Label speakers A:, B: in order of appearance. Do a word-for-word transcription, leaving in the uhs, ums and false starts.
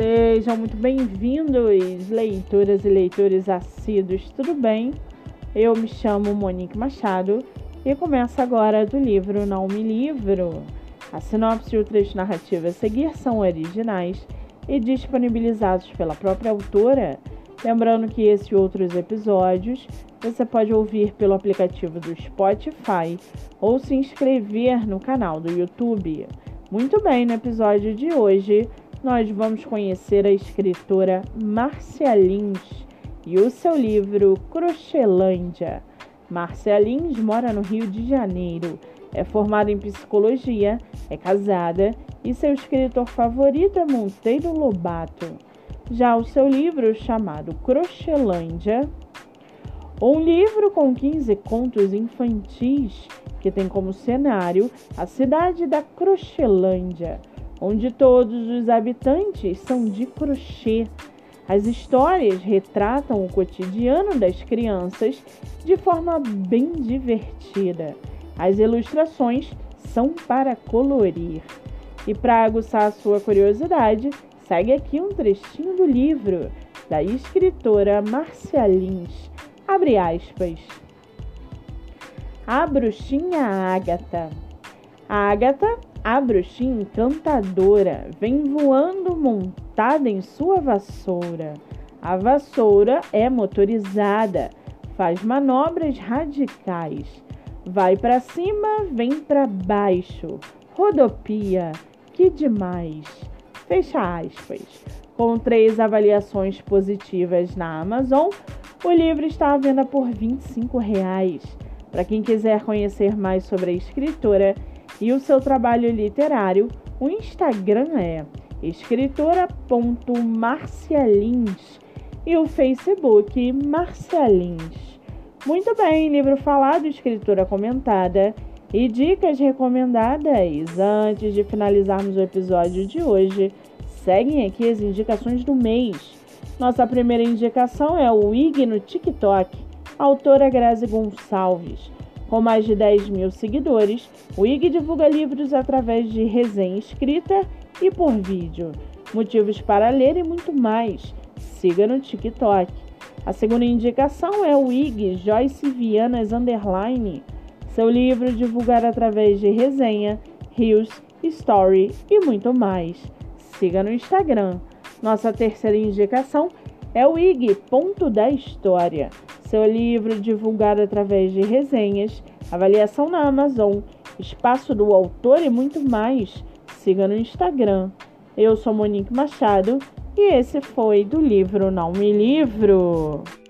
A: Sejam muito bem-vindos, leitoras e leitores assíduos, tudo bem? Eu me chamo Monique Machado e começo agora do livro Não Me Livro. A sinopse e o trecho narrativo a seguir são originais e disponibilizados pela própria autora. Lembrando que esse e outros episódios você pode ouvir pelo aplicativo do Spotify ou se inscrever no canal do YouTube. Muito bem, no episódio de hoje nós vamos conhecer a escritora Márcia Lins e o seu livro Crochêlândia. Márcia Lins mora no Rio de Janeiro, é formada em psicologia, é casada e seu escritor favorito é Monteiro Lobato. Já o seu livro, chamado Crochêlândia, um livro com quinze contos infantis que tem como cenário a cidade da Crochêlândia, onde todos os habitantes são de crochê. As histórias retratam o cotidiano das crianças de forma bem divertida. As ilustrações são para colorir. E para aguçar a sua curiosidade, segue aqui um trechinho do livro da escritora Márcia Lins. Abre aspas. A bruxinha Ágata. A Ágata, a bruxinha encantadora, vem voando montada em sua vassoura. A vassoura é motorizada, faz manobras radicais. Vai para cima, vem para baixo, rodopia, que demais. Fecha aspas. Com três avaliações positivas na Amazon, o livro está à venda por vinte e cinco reais. Para quem quiser conhecer mais sobre a escritora e o seu trabalho literário, o Instagram é escritora ponto marcia lins e o Facebook Márcia Lins. Muito bem, livro falado, escritora comentada e dicas recomendadas. Antes de finalizarmos o episódio de hoje, seguem aqui as indicações do mês. Nossa primeira indicação é o Ig no TikTok, autora Grazi Gonçalves. Com mais de dez mil seguidores, o Ig divulga livros através de resenha escrita e por vídeo, motivos para ler e muito mais. Siga no TikTok. A segunda indicação é o Ig Joyce Vianas Underline. Seu livro divulgado através de resenha, reels, story e muito mais. Siga no Instagram. Nossa terceira indicação é o Ig Ponto da História. Seu livro divulgado através de resenhas, avaliação na Amazon, espaço do autor e muito mais. Siga no Instagram. Eu sou Monique Machado e esse foi do livro Não Me Livro.